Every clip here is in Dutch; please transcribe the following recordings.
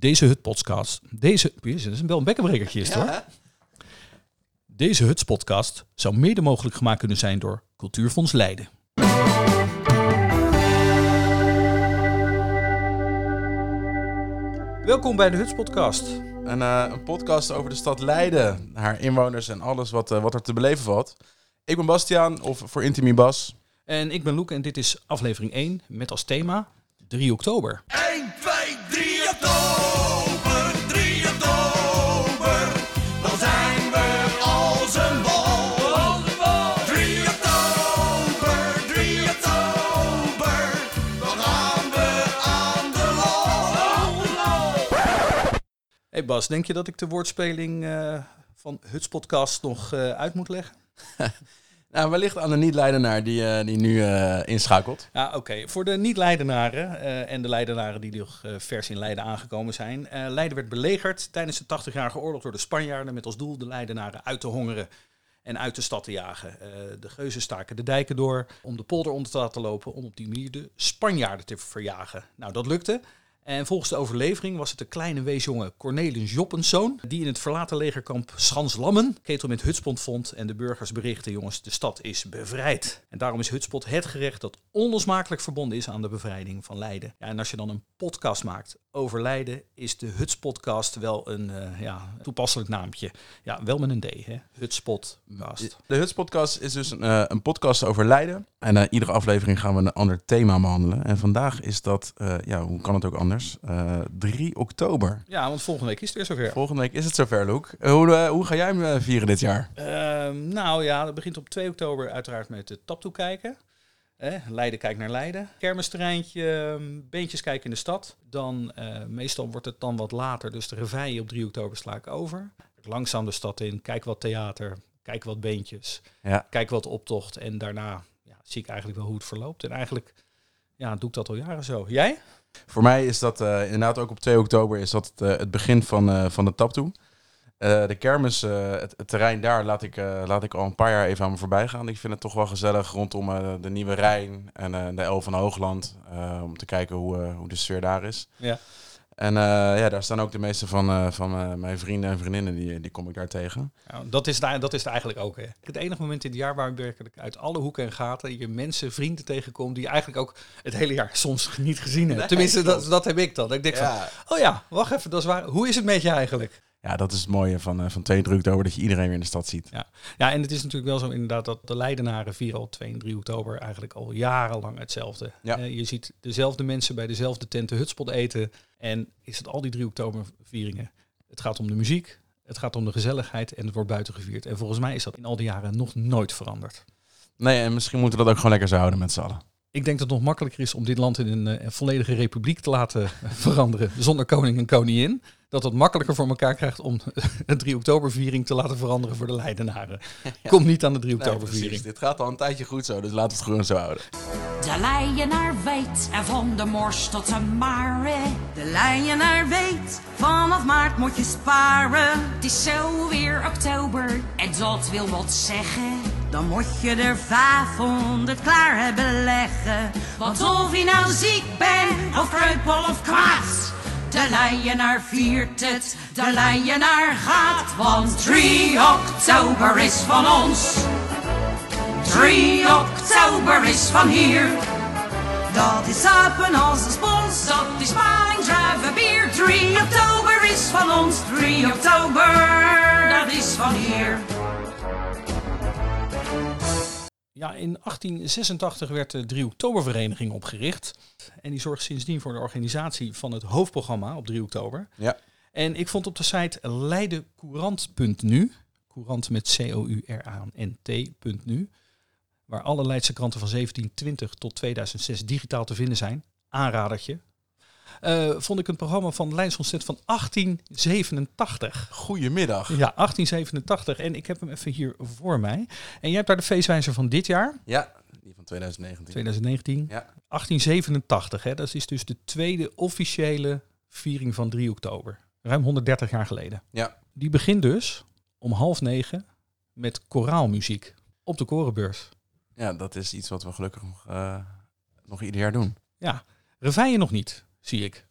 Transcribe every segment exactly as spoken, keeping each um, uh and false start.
Deze Hutspodcast, deze, dat is wel een bekkenbrekertje is het, hoor. Ja, Deze Hutspodcast zou mede mogelijk gemaakt kunnen zijn door Cultuurfonds Leiden. Welkom bij de Hutspodcast. een, uh, een podcast over de stad Leiden, haar inwoners en alles wat, uh, wat er te beleven valt. Ik ben Bastiaan, of voor Intimi Bas. En ik ben Loek en dit is aflevering één met als thema drie oktober. één, twee, drie oktober, drie oktober, dan zijn we als een bol. drie oktober, drie oktober, dan gaan we aan de lol. Hey Bas, denk je dat ik de woordspeling uh, van Hutspodcast nog uh, uit moet leggen? Nou, wellicht aan de niet-Leidenaar die, uh, die nu uh, inschakelt. Ja, oké. Okay. Voor de niet-Leidenaren uh, en de Leidenaren die nog uh, vers in Leiden aangekomen zijn. Uh, Leiden werd belegerd tijdens de tachtigjarige oorlog door de Spanjaarden met als doel de Leidenaren uit te hongeren en uit de stad te jagen. Uh, de geuzen staken de dijken door om de polder onder te laten lopen om op die manier de Spanjaarden te verjagen. Nou, dat lukte. En volgens de overlevering was het de kleine weesjongen Cornelis Joppenszoon die in het verlaten legerkamp Schanslammen ketel met hutspot vond en de burgers berichtten: jongens, de stad is bevrijd. En daarom is hutspot het gerecht dat onlosmakelijk verbonden is aan de bevrijding van Leiden. Ja, en als je dan een podcast maakt over Leiden, is de Hutspodcast wel een uh, ja, toepasselijk naampje. Ja, wel met een D, hè? Hutspodcast. De Hutspodcast is dus een, uh, een podcast over Leiden. En uh, iedere aflevering gaan we een ander thema behandelen. En vandaag is dat, uh, ja, hoe kan het ook anders? Uh, drie oktober. Ja, want volgende week is het weer zover. Volgende week is het zover, Loek. Uh, hoe, uh, hoe ga jij hem uh, vieren dit jaar? Uh, nou ja, dat begint op twee oktober uiteraard met de Taptoe kijken. Eh, Leiden kijkt naar Leiden. Kermisterreintje, beentjes kijken in de stad. Dan, uh, meestal wordt het dan wat later, dus de reveille op drie oktober sla ik over. Langzaam de stad in, kijk wat theater, kijk wat beentjes, Ja. kijk wat optocht. En daarna ja, zie ik eigenlijk wel hoe het verloopt. En eigenlijk ja, doe ik dat al jaren zo. Jij? Voor mij is dat uh, inderdaad ook op twee oktober is dat het, uh, het begin van, uh, van de Taptoe. Uh, de kermis, uh, het, het terrein daar laat ik, uh, laat ik al een paar jaar even aan me voorbij gaan. Ik vind het toch wel gezellig rondom uh, de Nieuwe Rijn en uh, de El van Hoogland. Uh, om te kijken hoe, uh, hoe de sfeer daar is. Ja. En uh, ja, daar staan ook de meeste van, uh, van uh, mijn vrienden en vriendinnen, die, die kom ik daar tegen. Nou, dat, is daar, dat is het eigenlijk ook. Hè. Het enige moment in het jaar waar ik werkelijk uit alle hoeken en gaten je mensen, vrienden tegenkomt die je eigenlijk ook het hele jaar soms niet gezien hebt. Nee, Tenminste, dat, dat heb ik dan. Ik denk Ja. van, oh ja, wacht even, dat is waar. Hoe is het met je eigenlijk? Ja, dat is het mooie van, uh, van twee oktober, dat je iedereen weer in de stad ziet. Ja. ja, en het is natuurlijk wel zo inderdaad dat de Leidenaren vieren al twee en drie oktober eigenlijk al jarenlang hetzelfde. Ja. Uh, je ziet dezelfde mensen bij dezelfde tenten hutspot eten. En is het al die drie oktober vieringen. Het gaat om de muziek, het gaat om de gezelligheid en het wordt buiten gevierd. En volgens mij is dat in al die jaren nog nooit veranderd. Nee, en misschien moeten we dat ook gewoon lekker zo houden met z'n allen. Ik denk dat het nog makkelijker is om dit land in een, uh, volledige republiek te laten veranderen zonder koning en koningin. Dat het makkelijker voor elkaar krijgt om een drie oktoberviering te laten veranderen voor de Leidenaren. Ja. Komt niet aan de drie Nee, oktoberviering. precies. Dit gaat al een tijdje goed zo, dus laten we het gewoon zo houden. De Leienaar weet er van de mors tot de mare. De Leienaar weet, vanaf maart moet je sparen. Het is zo weer oktober en dat wil wat zeggen. Dan moet je er vijfhonderd klaar hebben leggen. Want of je nou ziek bent of kreupel of kwaad, de Leienaar viert het, de Leienaar gaat. Want drie oktober is van ons, drie oktober is van hier. Dat is sapen als een spons. Dat is mijn druivenbier. drie oktober is van ons, drie oktober. Dat is van hier. Ja, in achttien zesentachtig werd de drie oktobervereniging opgericht. En die zorgt sindsdien voor de organisatie van het hoofdprogramma op drie oktober. Ja. En ik vond op de site leidencourant punt n u, courant met C O U R A N T punt n u, waar alle Leidse kranten van zeventien twintig tot tweeduizend zes digitaal te vinden zijn, aanradertje, uh, vond ik een programma van Leids Concert van achttien zevenentachtig. Goedemiddag. Ja, achttien zevenentachtig. En ik heb hem even hier voor mij. En jij hebt daar de feestwijzer van dit jaar, Ja, die van twintig negentien. twintig negentien. Ja. achttien zevenentachtig, hè? Dat is dus de tweede officiële viering van drie oktober. Ruim honderddertig jaar geleden. Ja. Die begint dus om half negen met koraalmuziek op de korenbeurs. Ja, dat is iets wat we gelukkig nog, uh, nog ieder jaar doen. Ja, reveille nog niet, zie ik. Nee.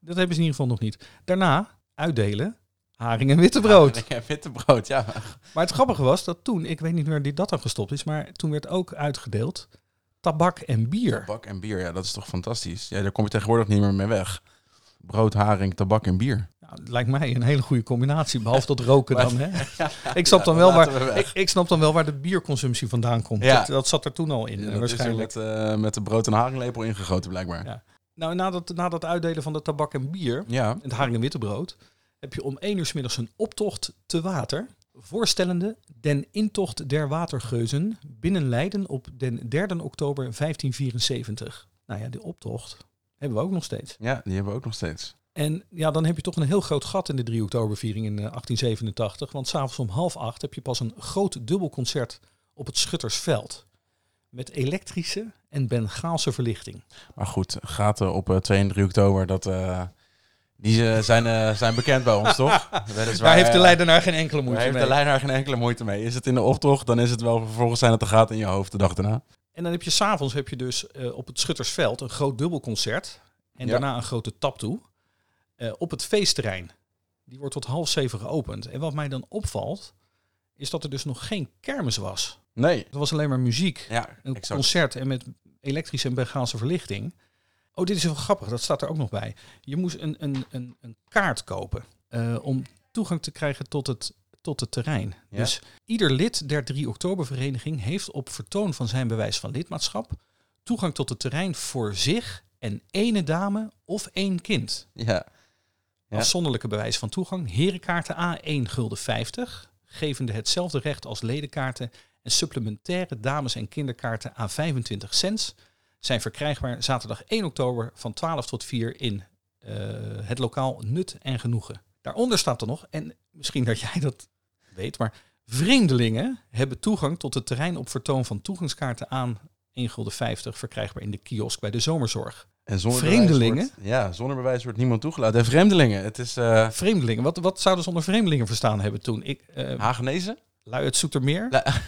Dat hebben ze in ieder geval nog niet. Daarna uitdelen haring en wittebrood. Haring en wittebrood, ja. Maar het grappige was dat toen, ik weet niet waar dit dat dan gestopt is, maar toen werd ook uitgedeeld tabak en bier. Tabak en bier, ja, dat is toch fantastisch. Ja, daar kom je tegenwoordig niet meer mee weg. Brood, haring, tabak en bier. Nou, het lijkt mij een hele goede combinatie, behalve dat roken dan. Hè? Ik, snap Ja, dan dan wel laten we waar, weg. ik, ik snap dan wel waar de bierconsumptie vandaan komt. Ja. Dat, dat zat er toen al in. Ja, en dat waarschijnlijk. is er met, uh, met de brood- en haringlepel ingegoten, blijkbaar. Ja. Nou, na dat, na dat uitdelen van de tabak en bier, Ja. het haring en wittebrood, heb je om één uur 's middags een optocht te water, voorstellende den intocht der watergeuzen binnen Leiden op den derde oktober vijftien vierenzeventig. Nou ja, die optocht hebben we ook nog steeds. Ja, die hebben we ook nog steeds. En ja, dan heb je toch een heel groot gat in de drie oktoberviering in uh, achttien zevenentachtig. Want s'avonds om half acht heb je pas een groot dubbelconcert op het Schuttersveld. Met elektrische en Bengaalse verlichting. Maar goed, gaten op uh, twee en drie oktober, dat, uh, die uh, zijn, uh, zijn bekend bij ons, toch? Weliswaar, Daar heeft de uh, Leidenaar geen enkele Daar moeite heeft mee. de Leidenaar geen enkele moeite mee. Is het in de optocht, dan is het wel vervolgens zijn het de gaten in je hoofd de dag daarna. En dan heb je s'avonds heb je dus uh, op het Schuttersveld een groot dubbelconcert. En Ja. daarna een grote taptoe. Uh, op het feestterrein. Die wordt tot half zeven geopend. En wat mij dan opvalt, is dat er dus nog geen kermis was. Nee. Het was alleen maar muziek. Ja, Een exact. concert en met elektrische en Bengaalse verlichting. Oh, dit is wel grappig. Dat staat er ook nog bij. Je moest een, een, een, een kaart kopen uh, om toegang te krijgen tot het, tot het terrein. Ja. Dus ieder lid der drie oktobervereniging heeft op vertoon van zijn bewijs van lidmaatschap toegang tot het terrein voor zich en ene dame of één kind. Ja. Ja. Afzonderlijke bewijs van toegang. Herenkaarten A één gulden vijftig, gevende hetzelfde recht als ledenkaarten en supplementaire dames- en kinderkaarten A vijfentwintig cents zijn verkrijgbaar zaterdag één oktober van twaalf tot vier in uh, het lokaal Nut en Genoegen. Daaronder staat er nog, en misschien dat jij dat weet, maar vreemdelingen hebben toegang tot het terrein op vertoon van toegangskaarten aan één gulden vijftig verkrijgbaar in de kiosk bij de zomerzorg. En zonder Vreemdelingen? bewijs wordt, ja, zonder bewijs wordt niemand toegelaten. En vreemdelingen, het is uh, Vreemdelingen, wat, wat zouden ze onder vreemdelingen verstaan hebben toen? Ik, uh, Hagenezen, Lui uit Soetermeer,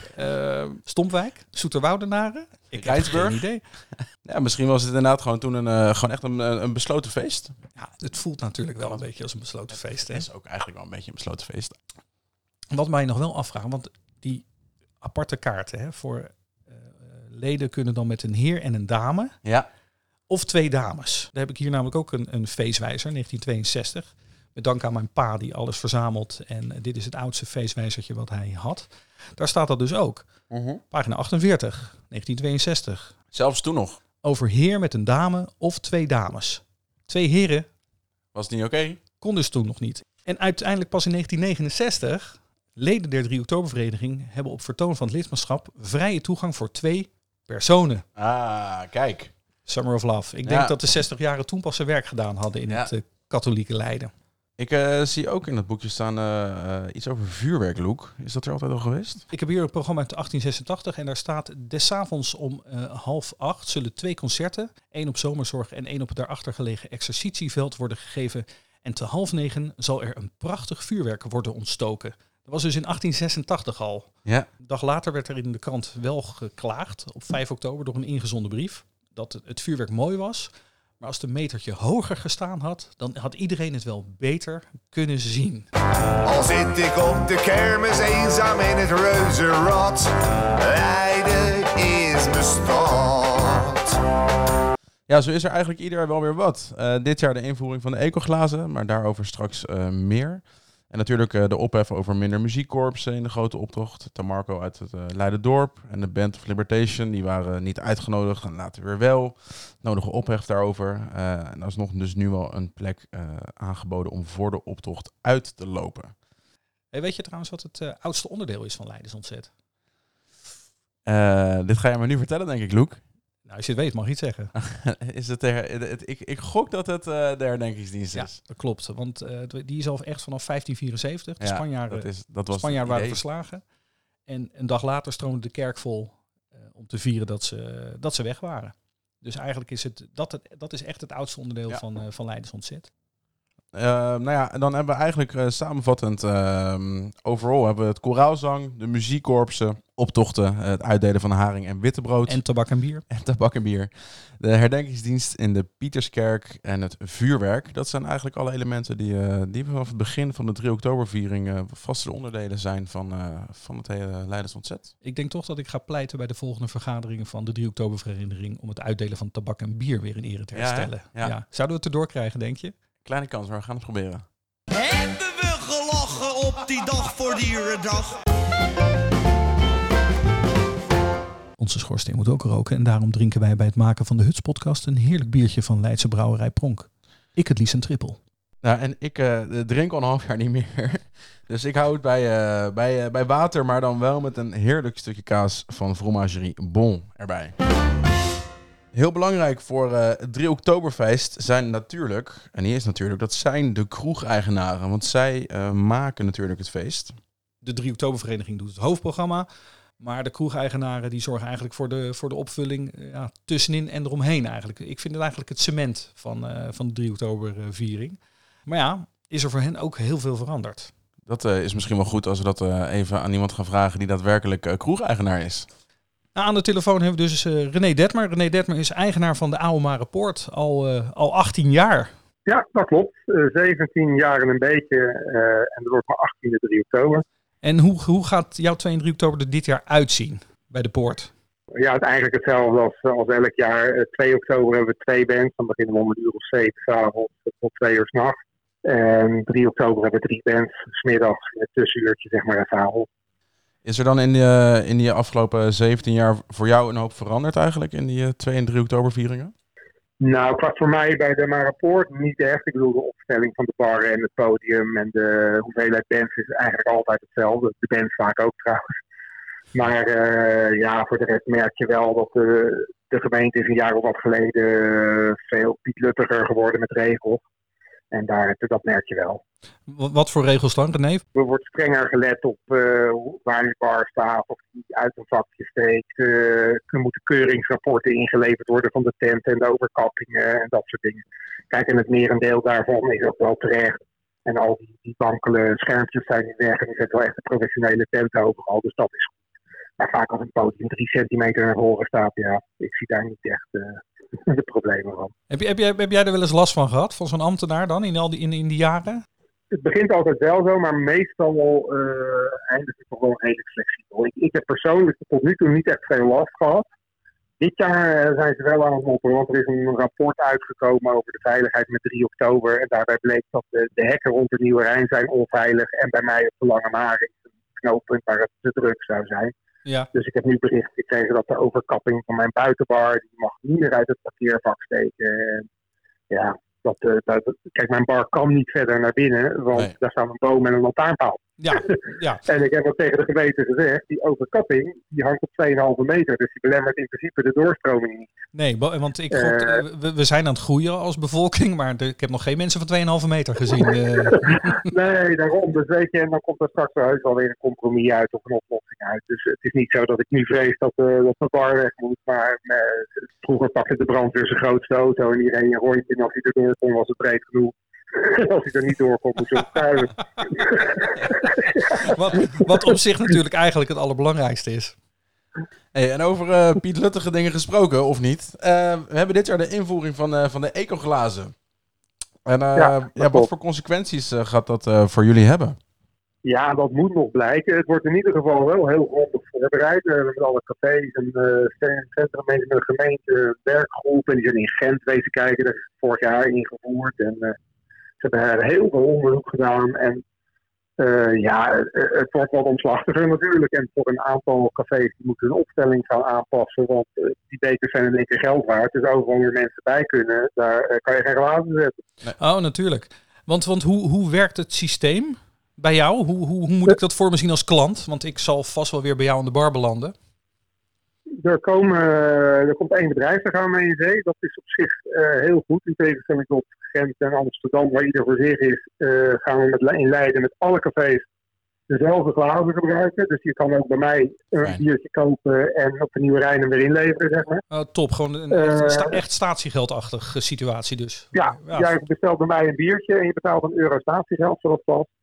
La- uh, Stompwijk, Zoeterwoudenaren. Ik heb Rijnsburg. geen idee. Ja, misschien was het inderdaad gewoon toen een, uh, gewoon echt een, een besloten feest. Ja, het voelt natuurlijk wel een beetje als een besloten feest. Hè? Het is ook eigenlijk wel een beetje een besloten feest. Wat mij nog wel afvragen, want die aparte kaarten hè, voor uh, leden kunnen dan met een heer en een dame Ja. of twee dames. Daar heb ik hier namelijk ook een, een feestwijzer, negentien tweeënzestig. Met dank aan mijn pa die alles verzamelt. En uh, dit is het oudste feestwijzertje wat hij had. Daar staat dat dus ook. Uh-huh. Pagina achtenveertig, negentien tweeënzestig. Zelfs toen nog. Over heer met een dame of twee dames. Twee heren Was het niet oké? Okay? kon dus toen nog niet. En uiteindelijk pas in negentien negenenzestig... leden der drie oktobervereniging hebben op vertoon van het lidmaatschap vrije toegang voor twee personen. Ah, kijk. Summer of Love. Ik Ja. denk dat de zestig jaren toen pas zijn werk gedaan hadden in Ja. het uh, katholieke Leiden. Ik uh, zie ook in dat boekje staan uh, uh, iets over vuurwerk, Loek. Is dat er altijd al geweest? Ik heb hier een programma uit achttien zesentachtig en daar staat des avonds om uh, half acht zullen twee concerten, één op zomerzorg en één op het daarachter gelegen exercitieveld worden gegeven. En te half negen zal er een prachtig vuurwerk worden ontstoken. Dat was dus in achttien zesentachtig al. Ja. Een dag later werd er in de krant wel geklaagd, op vijf oktober, door een ingezonden brief, dat het, het vuurwerk mooi was. Maar als het een metertje hoger gestaan had, dan had iedereen het wel beter kunnen zien. Al zit ik op de kermis eenzaam in het reuzenrad. Leiden is mijn stad. Ja, zo is er eigenlijk ieder jaar wel weer wat. Uh, dit jaar de invoering van de ecoglazen, maar daarover straks uh, meer. En natuurlijk uh, de ophef over minder muziekkorpsen in de grote optocht. Tamarco uit het uh, Leiderdorp en de Band of Libertation, die waren niet uitgenodigd en later weer wel. Nodige ophef daarover. Uh, en alsnog dus nu wel een plek uh, aangeboden om voor de optocht uit te lopen. Hey, weet je trouwens wat het uh, oudste onderdeel is van Leidens Ontzet? Uh, dit ga je me nu vertellen, denk ik, Loek. Nou, als je het weet, mag je het zeggen. is het er, het, het, ik, ik gok dat het uh, de herdenkingsdienst Ja, is. dat klopt. Want uh, die is al echt vanaf vijftien vierenzeventig. De Ja, Spanjaarden, dat is, dat was Spanjaarden het waren idee. verslagen. En een dag later stroomde de kerk vol uh, om te vieren dat ze, dat ze weg waren. Dus eigenlijk is het, dat, het, dat is echt het oudste onderdeel Ja. van, uh, van Leidens Ontzet. Uh, nou ja, en dan hebben we eigenlijk uh, samenvattend uh, overal hebben we het koraalzang, de muziekkorpsen, optochten, uh, het uitdelen van haring en wittebrood. En tabak en bier. En tabak en bier. De herdenkingsdienst in de Pieterskerk en het vuurwerk. Dat zijn eigenlijk alle elementen die, uh, die vanaf het begin van de drie oktoberviering uh, vaste onderdelen zijn van, uh, van het hele Leidens Ontzet. Ik denk toch dat ik ga pleiten bij de volgende vergaderingen van de drie oktobervereniging om het uitdelen van tabak en bier weer in ere te herstellen. Ja, ja. Ja. Zouden we het erdoor krijgen, denk je? Kleine kans, maar we gaan het proberen. Hebben we gelachen op die dag voor dierendag? Onze schoorsteen moet ook roken en daarom drinken wij bij het maken van de Hutspodcast een heerlijk biertje van Leidse brouwerij Pronk. Ik het liefst een trippel. Nou, en ik uh, drink al een half jaar niet meer. Dus ik hou het bij, uh, bij, uh, bij water, maar dan wel met een heerlijk stukje kaas van Fromagerie Bon erbij. Heel belangrijk voor uh, het drie oktoberfeest zijn natuurlijk, en die is natuurlijk, dat zijn de kroegeigenaren. Want zij uh, maken natuurlijk het feest. De drie oktobervereniging doet het hoofdprogramma. Maar de kroegeigenaren die zorgen eigenlijk voor de, voor de opvulling uh, ja, tussenin en eromheen eigenlijk. Ik vind het eigenlijk het cement van, uh, van de drie oktoberviering. Maar ja, is er voor hen ook heel veel veranderd. Dat uh, is misschien wel goed als we dat uh, even aan iemand gaan vragen die daadwerkelijk uh, kroegeigenaar is. Nou, aan de telefoon hebben we dus uh, René Detmer. René Detmer is eigenaar van de Oude Marepoort al, uh, al achttien jaar. Ja, dat klopt. Uh, zeventien jaar en een beetje uh, en dat wordt maar achttiende drie oktober. En hoe, hoe gaat jouw twee en drie oktober er dit jaar uitzien bij de poort? Ja, het is eigenlijk hetzelfde als, als elk jaar. Uh, twee oktober hebben we twee bands. Dan beginnen we om een uur of zeven 's avonds tot twee uur 's nachts. En drie oktober hebben we drie bands. 's middags in het tussenuurtje, zeg maar, en 's avonds. Is er dan in die, in die afgelopen zeventien jaar voor jou een hoop veranderd eigenlijk in die twee en drie oktobervieringen? Nou, qua voor mij bij de Marepoort niet echt. Ik bedoel, de opstelling van de bar en het podium en de hoeveelheid bands is eigenlijk altijd hetzelfde. De bands vaak ook trouwens. Maar uh, ja, voor de rest merk je wel dat de, de gemeente is een jaar of wat geleden veel pietluttiger geworden met regels. En daar, dat merk je wel. Wat voor regels dan, René? Er wordt strenger gelet op uh, waar die bar staat of die uit een vakje steekt. Uh, er moeten keuringsrapporten ingeleverd worden van de tent en de overkappingen en dat soort dingen. Kijk, en het merendeel daarvan is ook wel terecht. En al die, die wankele schermpjes zijn niet weg en er zit wel echt een professionele tent overal, dus dat is goed. Maar vaak als een podium drie centimeter naar voren staat, ja, ik zie daar niet echt uh, de problemen van. Heb, je, heb, jij, heb jij er wel eens last van gehad, van zo'n ambtenaar dan, in, al die, in, in die jaren? Het begint altijd wel zo, maar meestal uh, eindigt het toch wel redelijk flexibel. Ik, ik heb persoonlijk tot nu toe niet echt veel last gehad. Dit jaar uh, zijn ze wel aan het mopperen, want er is een rapport uitgekomen over de veiligheid met drie oktober. En daarbij bleek dat de, de hekken rond de Nieuwe Rijn zijn onveilig en bij mij op de Lange Maring een knooppunt waar het te druk zou zijn. Ja. Dus ik heb nu bericht gekregen dat de overkapping van mijn buitenbar, die mag niet meer uit het parkeervak steken. En ja, dat, uh, dat, kijk, mijn bar kan niet verder naar binnen, want nee. Daar staan een boom en een lantaarnpaal. Ja, ja. En ik heb ook tegen de gemeente gezegd, die overkapping, die hangt op twee komma vijf meter. Dus die belemmert in principe de doorstroming niet. Nee, want ik, God, uh, we, we zijn aan het groeien als bevolking, maar de, ik heb nog geen mensen van twee komma vijf meter gezien. Uh. Nee, daarom. Dus weet je, en dan komt er straks heus wel weer een compromis uit of een oplossing uit. Dus het is niet zo dat ik nu vrees dat, uh, dat de bar weg moet. Maar uh, vroeger pakte de brandweer zijn grootste auto en iedereen een rondje. En als hij erdoor kon, was het breed genoeg. Als hij er niet door kon, moest hij optuigen. wat, wat op zich natuurlijk eigenlijk het allerbelangrijkste is. Hey, en over uh, pietluttige dingen gesproken, of niet? Uh, we hebben dit jaar de invoering van, uh, van de ecoglazen. En uh, ja, ja, wat voor consequenties uh, gaat dat uh, voor jullie hebben? Ja, dat moet nog blijken. Het wordt in ieder geval wel heel grondig voorbereid. Uh, met alle cafés en uh, centrum met de gemeente, werkgroep. En die zijn in Gent wezen kijken. Dat is vorig jaar ingevoerd. En uh, ze hebben heel veel onderzoek gedaan. En uh, ja, het, het wordt wat omslachtiger natuurlijk. En voor een aantal cafés die moeten hun opstelling gaan aanpassen. Want uh, die bekers zijn in één keer geld waard. Dus overal weer mensen bij kunnen. Daar uh, kan je geen glazen zetten. Oh, natuurlijk. Want, want hoe, hoe werkt het systeem bij jou? Hoe, hoe, hoe moet ik dat voor me zien als klant? Want ik zal vast wel weer bij jou aan de bar belanden. Er, komen, er komt één bedrijf, daar gaan we mee in zee. Dat is op zich uh, heel goed. In tegenstelling tot Gent en Amsterdam, waar ieder voor zich is, uh, gaan we met, in Leiden met alle cafés dezelfde glazen gebruiken. Dus je kan ook bij mij een Fijn. biertje kopen en op de Nieuwe Rijn hem weer inleveren, zeg maar. Oh, top, gewoon een Uh, echt, sta- echt statiegeldachtige situatie dus. Ja, ja. jij bestelt bij mij een biertje en je betaalt een euro statiegeld, zoals dat valt.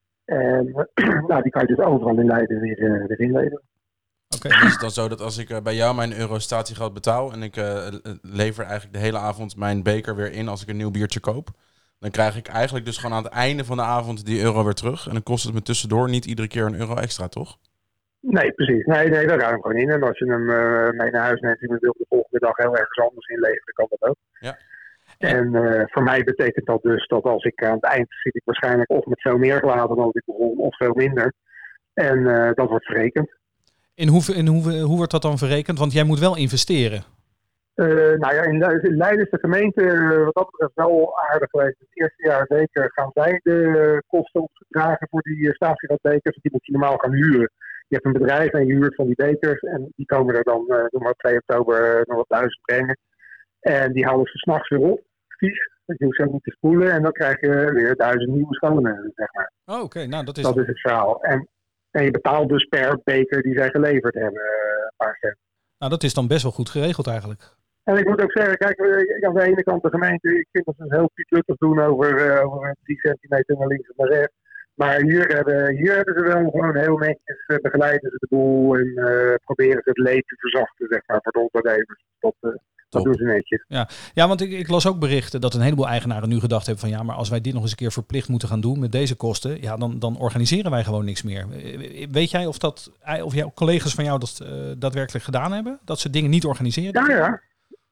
En nou, die kan je dus overal in Leiden weer, uh, weer inleveren. Oké. Is het dan zo dat als ik uh, bij jou mijn euro statiegeld betaal en ik uh, lever eigenlijk de hele avond mijn beker weer in als ik een nieuw biertje koop, dan krijg ik eigenlijk dus gewoon aan het einde van de avond die euro weer terug. En dan kost het me tussendoor niet iedere keer een euro extra, toch? Nee, precies. Nee, nee, daar ruim hem gewoon in. En als je hem uh, mee naar huis neemt en je wil de volgende dag heel ergens anders inleveren, kan dat ook. Ja. En uh, voor mij betekent dat dus dat als ik aan het eind zit ik waarschijnlijk of met veel meer glazen dan ik begon, of veel minder. En uh, dat wordt verrekend. In hoe, in hoe, hoe wordt dat dan verrekend? Want jij moet wel investeren. Uh, nou ja, in, Le- in Leiden is de gemeente uh, wat dat betreft wel aardig geweest. Het eerste jaar zeker gaan zij de uh, kosten opdragen voor die uh, statiegeldbekers. Die moet je normaal gaan huren. Je hebt een bedrijf en je huurt van die bekers. En die komen er dan, uh, noem maar twee oktober, uh, nog wat duizend brengen. En die halen ze 's nachts weer op. Vies. Je hoeft ze ook niet te spoelen. En dan krijg je weer duizend nieuwe schone, zeg maar. Oh, oké. Okay. Nou, dat is... Dat is het verhaal. En, en je betaalt dus per beker die zij geleverd hebben uh, een paar cent. Nou, dat is dan best wel goed geregeld eigenlijk. En ik moet ook zeggen, kijk, aan de ene kant de gemeente, ik vind dat ze heel pietluttig doen over, uh, over drie centimeter naar links of naar rechts. Maar hier hebben, hier hebben ze wel gewoon heel netjes uh, begeleiden ze de boel en uh, proberen ze het leed te verzachten, zeg maar, voor de ondernemers. Dat, uh, dat doen ze netjes. Ja, ja want ik, ik las ook berichten dat een heleboel eigenaren nu gedacht hebben van ja, maar als wij dit nog eens een keer verplicht moeten gaan doen met deze kosten, ja, dan, dan organiseren wij gewoon niks meer. Weet jij of dat, of jouw collega's van jou dat uh, daadwerkelijk gedaan hebben? Dat ze dingen niet organiseren? Ja, ja.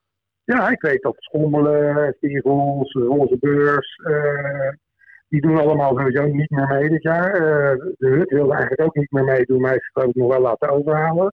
Ja, ik weet dat Schommelen, Spiegels, Roze Beurs, uh, die doen allemaal sowieso niet meer mee dit jaar. Uh, de Hut wilde eigenlijk ook niet meer meedoen, maar heeft het ook nog wel laten overhalen.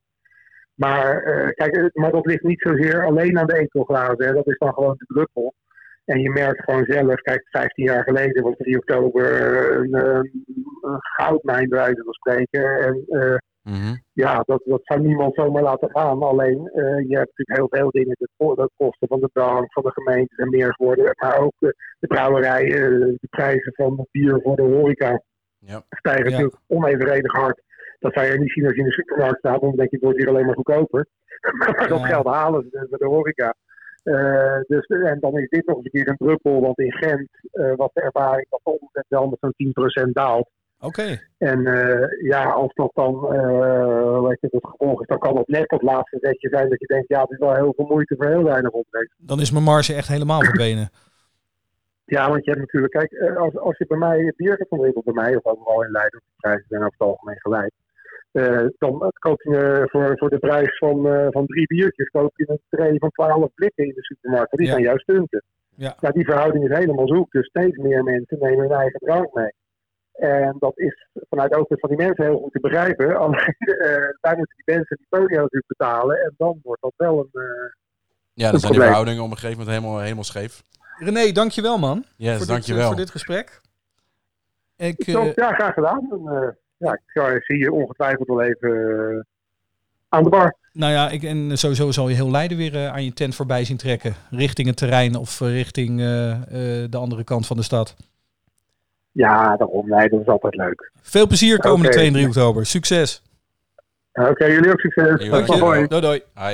Maar uh, kijk, maar dat ligt niet zozeer alleen aan de eco-glazen. Hè. Dat is dan gewoon de druppel. En je merkt gewoon zelf, kijk, vijftien jaar geleden was drie oktober een, een, een goudmijn bij wijze van spreken. En uh, mm-hmm. ja, dat, dat zou niemand zomaar laten gaan. Alleen, uh, je hebt natuurlijk heel veel dingen. De, de kosten van de bank, van de gemeente zijn meer geworden. Maar ook de, de brouwerijen, de prijzen van het bier voor de horeca ja. stijgen ja. natuurlijk onevenredig hard. Dat zou je niet zien als je in de supermarkt staat. Dan denk je, het wordt hier alleen maar goedkoper. Maar dat ja. geld halen ze bij de horeca. Uh, dus, en dan is dit nog eens een keer een druppel. Want in Gent uh, was de ervaring dat de omzet wel met zo'n tien procent daalt. Oké. Okay. En uh, ja, als dat dan uh, weet je, het gevolg is, dan kan dat net dat laatste zetje zijn dat je denkt, ja, het is wel heel veel moeite voor heel weinig opbrengst. Dan is mijn marge echt helemaal verdwenen. Ja, want je hebt natuurlijk, kijk, als, als je bij mij het bier hebt ontwikkeld, bij mij of overal in Leiden, de prijzen zijn over het algemeen gelijk. Uh, dan koop je uh, voor, voor de prijs van, uh, van drie biertjes koop je een tray van twaalf blikken in de supermarkt. Die ja. zijn juist stunten. Ja. Nou, die verhouding is helemaal zoek. Dus steeds meer mensen nemen hun eigen drank mee. En dat is vanuit oogpunt van die mensen heel goed te begrijpen. Alleen uh, daar moeten die mensen die podium natuurlijk betalen. En dan wordt dat wel een uh, Ja, dan zijn die verhoudingen op een gegeven moment helemaal, helemaal scheef. René, dankjewel man. Yes, voor, dankjewel. dit, voor dit gesprek. Ik, uh... Ja, graag gedaan. En, uh, Ja, ik zie je ongetwijfeld wel even uh, aan de bar. Nou ja, ik, en sowieso zal je heel Leiden weer uh, aan je tent voorbij zien trekken. Richting het terrein of uh, richting uh, uh, de andere kant van de stad. Ja, daarom. Nee, dat is altijd leuk. Veel plezier komende okay. twee en drie oktober. Succes. Oké, okay, jullie ook succes. Dank je. Doei. Doei, doei. Hi.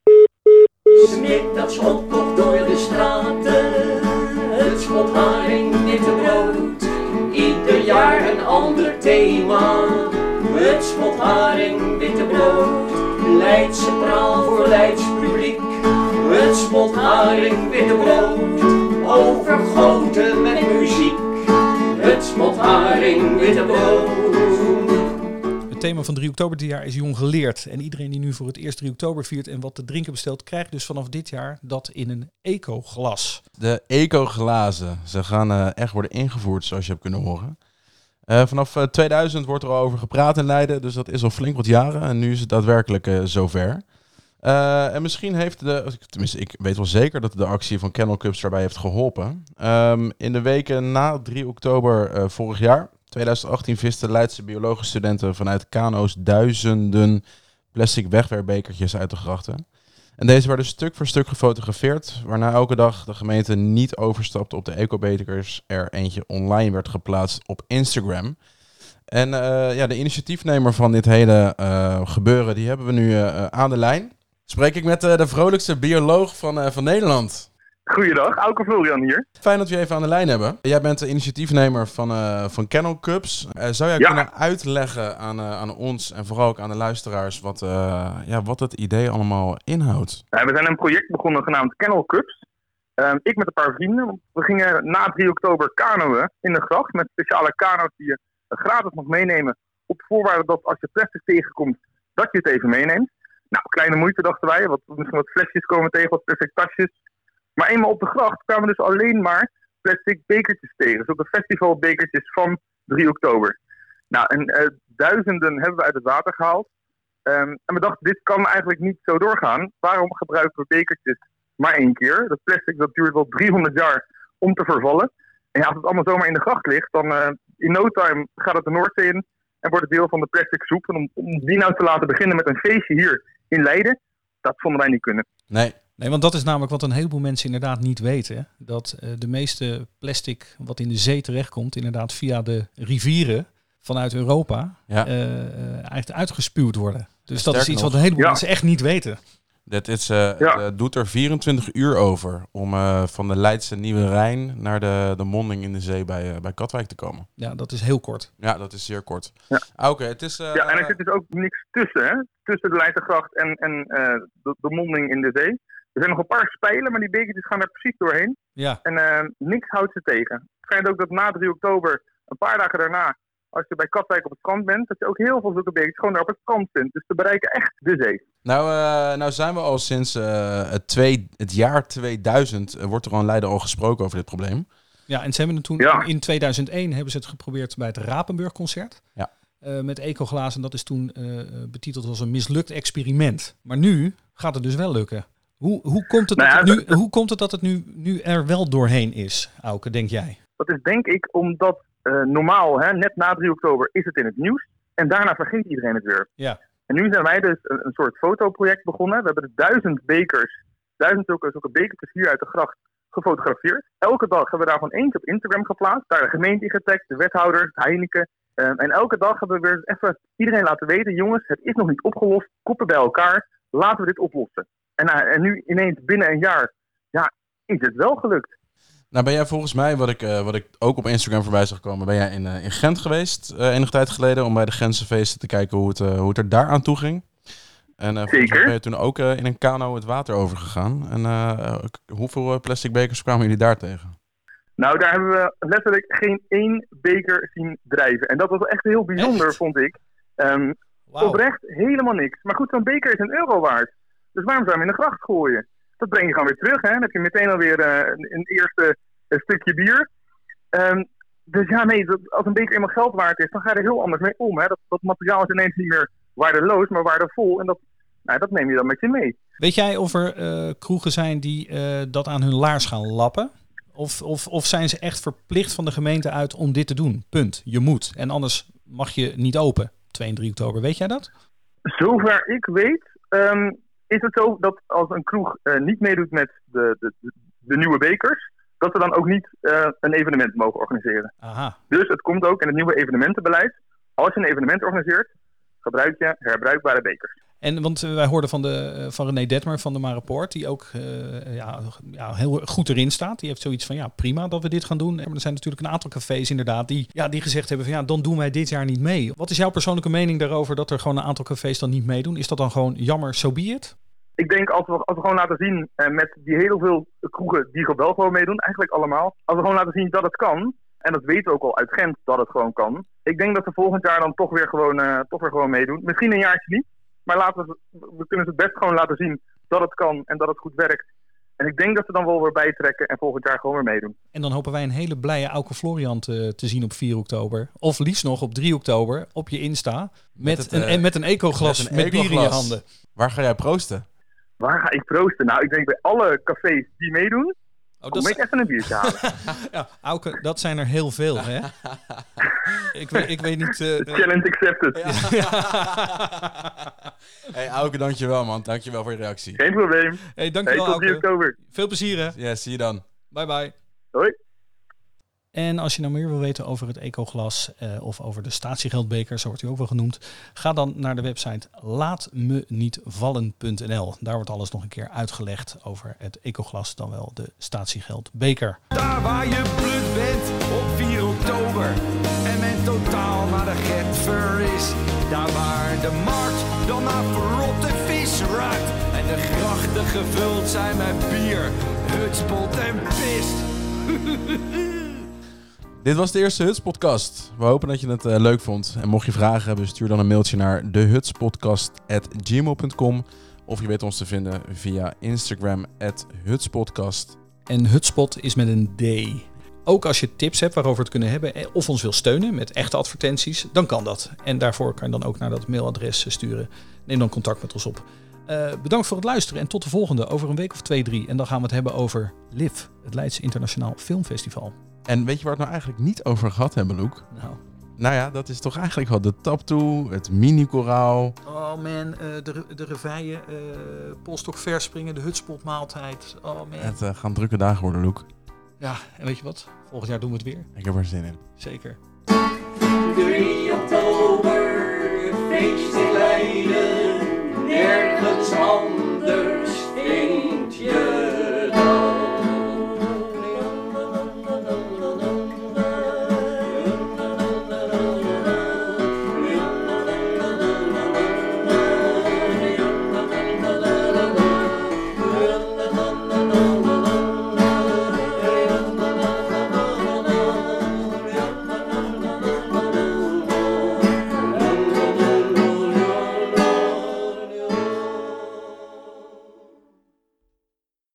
Smiddags optocht door de straten. Het spotharing, witte brood. Ieder jaar een ander thema. Het spotharing, witte brood. Leidse praal voor Leids publiek. Het spotharing, witte brood. Overgoten met muziek. Het spotharing, witte brood. Het thema van drie oktober dit jaar is jong geleerd. En iedereen die nu voor het eerst drie oktober viert en wat te drinken bestelt, krijgt dus vanaf dit jaar dat in een eco-glas. De eco-glazen, ze gaan uh, echt worden ingevoerd, zoals je hebt kunnen horen. Uh, vanaf uh, tweeduizend wordt er al over gepraat in Leiden, dus dat is al flink wat jaren. En nu is het daadwerkelijk uh, zover. Uh, en misschien heeft de, tenminste ik weet wel zeker dat de actie van Kennel Cups daarbij heeft geholpen. Um, in de weken na drie oktober uh, vorig jaar, twintig achttien, visten Leidse biologische studenten vanuit kano's duizenden plastic wegwerpbekertjes uit de grachten. En deze werden stuk voor stuk gefotografeerd, waarna elke dag de gemeente niet overstapte op de ecobekers, er eentje online werd geplaatst op Instagram. En uh, ja, de initiatiefnemer van dit hele uh, gebeuren, die hebben we nu uh, aan de lijn. Spreek ik met uh, de vrolijkste bioloog van, uh, van Nederland. Goeiedag, Auke Florian hier. Fijn dat we je even aan de lijn hebben. Jij bent de initiatiefnemer van, uh, van Kennel Cubs. Uh, zou jij ja. kunnen uitleggen aan, uh, aan ons en vooral ook aan de luisteraars wat, uh, ja, wat het idee allemaal inhoudt? Ja, we zijn een project begonnen genaamd Kennel Cubs. Uh, ik met een paar vrienden. We gingen na drie oktober kanoën in de gracht met speciale kano's die je gratis mag meenemen. Op voorwaarde dat als je plastic tegenkomt, dat je het even meeneemt. Nou, kleine moeite dachten wij. Wat, misschien wat flesjes komen tegen, wat plastic tasjes. Maar eenmaal op de gracht kwamen we dus alleen maar plastic bekertjes tegen. Zulke festivalbekertjes van drie oktober. Nou, en uh, duizenden hebben we uit het water gehaald. Um, en we dachten, dit kan eigenlijk niet zo doorgaan. Waarom gebruiken we bekertjes maar één keer? Dat plastic dat duurt wel driehonderd jaar om te vervallen. En ja, als het allemaal zomaar in de gracht ligt, dan uh, in no time gaat het de Noordzee in en wordt het deel van de plastic soep. En om, om die nou te laten beginnen met een feestje hier in Leiden, dat vonden wij niet kunnen. Nee. Nee, want dat is namelijk wat een heleboel mensen inderdaad niet weten. Dat uh, de meeste plastic wat in de zee terechtkomt, inderdaad via de rivieren vanuit Europa, ja. uh, uh, eigenlijk uitgespuwd worden. Dus Sterk dat is iets nog. wat een heleboel ja. mensen echt niet weten. Dat is, uh, ja. uh, doet er vierentwintig uur over om uh, van de Leidse Nieuwe Rijn naar de, de monding in de zee bij, uh, bij Katwijk te komen. Ja, dat is heel kort. Ja, dat is zeer kort. Ja, ah, okay, het is, uh, ja en er zit dus ook niks tussen, hè? Tussen de Leidsegracht en, en uh, de, de monding in de zee. Er zijn nog een paar spijlen, maar die bekertjes gaan er precies doorheen. Ja. En uh, niks houdt ze tegen. Het schijnt ook dat na drie oktober, een paar dagen daarna, als je bij Katwijk op het strand bent, dat je ook heel veel zulke bekertjes gewoon daar op het strand vindt. Dus ze bereiken echt de zee. Nou, uh, nou zijn we al sinds uh, het, twee, het jaar tweeduizend, uh, wordt er al in Leiden al gesproken over dit probleem. Ja, en ze hebben het toen ja. in tweeduizend één hebben ze het geprobeerd bij het Rapenburg-concert. Ja. Uh, met ecoglazen, dat is toen uh, betiteld als een mislukt experiment. Maar nu gaat het dus wel lukken. Hoe, hoe, komt, het nou ja, dat het nu, hoe komt het dat het nu, nu er wel doorheen is, Auke, denk jij? Dat is denk ik omdat uh, normaal, hè, net na drie oktober, is het in het nieuws. En daarna vergeet iedereen het weer. Ja. En nu zijn wij dus een, een soort fotoproject begonnen. We hebben dus duizend bekers, duizend zulke, zulke bekertjes hier uit de gracht gefotografeerd. Elke dag hebben we daarvan eentje op Instagram geplaatst. Daar de gemeente in getagd, de wethouder, Heineken. Uh, en elke dag hebben we weer even iedereen laten weten, jongens, het is nog niet opgelost. Koppen bij elkaar, laten we dit oplossen. En, uh, en nu ineens binnen een jaar, ja, is het wel gelukt. Nou ben jij volgens mij, wat ik, uh, wat ik ook op Instagram voorbij zag komen, ben jij in, uh, in Gent geweest uh, enige tijd geleden om bij de Gentse feesten te kijken hoe het, uh, hoe het er daar aan toe ging. En uh, Zeker. ben je toen ook uh, in een kano het water overgegaan. En uh, hoeveel plastic bekers kwamen jullie daar tegen? Nou, daar hebben we letterlijk geen één beker zien drijven. En dat was echt heel bijzonder, echt? vond ik. Um, wow. Oprecht helemaal niks. Maar goed, zo'n beker is een euro waard. Dus waarom zou je hem in de gracht gooien? Dat breng je gewoon weer terug. Hè? Dan heb je meteen alweer uh, een, een eerste een stukje bier. Um, dus ja, nee, dat, als een beker eenmaal geld waard is, dan ga je er heel anders mee om. Hè? Dat, dat materiaal is ineens niet meer waardeloos, maar waardevol. En dat, nou, dat neem je dan met je mee. Weet jij of er uh, kroegen zijn die uh, dat aan hun laars gaan lappen? Of, of, of zijn ze echt verplicht van de gemeente uit om dit te doen? Punt. Je moet. En anders mag je niet open. twee en drie oktober. Weet jij dat? Zover ik weet, um, is het zo dat als een kroeg uh, niet meedoet met de, de, de, de nieuwe bekers, dat ze dan ook niet uh, een evenement mogen organiseren. Aha. Dus het komt ook in het nieuwe evenementenbeleid. Als je een evenement organiseert, gebruik je herbruikbare bekers. En want wij hoorden van, de, van René Detmer van de Marepoort, die ook uh, ja, ja, heel goed erin staat. Die heeft zoiets van, ja, prima dat we dit gaan doen. Maar er zijn natuurlijk een aantal cafés inderdaad die, ja, die gezegd hebben van, ja, dan doen wij dit jaar niet mee. Wat is jouw persoonlijke mening daarover dat er gewoon een aantal cafés dan niet meedoen? Is dat dan gewoon jammer, so be it? Ik denk als we, als we gewoon laten zien uh, met die heel veel kroegen die wel gewoon meedoen, eigenlijk allemaal. Als we gewoon laten zien dat het kan, en dat weten we ook al uit Gent dat het gewoon kan. Ik denk dat we volgend jaar dan toch weer gewoon, uh, toch weer gewoon meedoen. Misschien een jaartje niet. Maar laten we, we kunnen het best gewoon laten zien dat het kan en dat het goed werkt. En ik denk dat we dan wel weer bijtrekken en volgend jaar gewoon weer meedoen. En dan hopen wij een hele blije Auke Florian te, te zien op vier oktober. Of liefst nog op drie oktober op je Insta. Met, met, het, een, uh, met een ecoglas met, met bier in je handen. Waar ga jij proosten? Waar ga ik proosten? Nou, ik denk bij alle cafés die meedoen, oh, kom ik even een biertje halen. Ja, Auke, dat zijn er heel veel, hè? ik, weet, ik weet niet... Uh, Challenge accepted. Ja. Hey, Auke, dankjewel, man. Dankjewel voor je reactie. Geen probleem. Hey, dankjewel, hey, tot drie oktober. Veel plezier, hè? Ja, zie je dan. Bye, bye. Hoi. En als je nou meer wil weten over het ecoglas uh, of over de statiegeldbeker, zo wordt hij ook wel genoemd, ga dan naar de website laat me niet vallen punt n l. Daar wordt alles nog een keer uitgelegd over het ecoglas, dan wel de statiegeldbeker. Daar waar je blut bent op vier oktober en men totaal naar de getver is. Daar waar de markt dan naar verrotte vis ruikt en de grachten gevuld zijn met bier, hutspot en pist. Dit was de eerste Hutspodcast. We hopen dat je het uh, leuk vond. En mocht je vragen hebben, stuur dan een mailtje naar de hutspodcast at gmail punt com. Of je weet ons te vinden via Instagram at hutspodcast. En Hutspot is met een D. Ook als je tips hebt waarover we het kunnen hebben of ons wil steunen met echte advertenties, dan kan dat. En daarvoor kan je dan ook naar dat mailadres sturen. Neem dan contact met ons op. Uh, bedankt voor het luisteren en tot de volgende over een week of twee, drie. En dan gaan we het hebben over L I F, het Leids Internationaal Filmfestival. En weet je waar we het nou eigenlijk niet over gehad hebben, Loek? Nou. Nou ja, dat is toch eigenlijk wel de taptoe, het mini-koraal. Oh man, uh, de, de reveille, uh, polstok verspringen, de hutspotmaaltijd. Oh man. Het uh, gaan drukke dagen worden, Loek. Ja, en weet je wat? Volgend jaar doen we het weer. Ik heb er zin in. Zeker. drie oktober.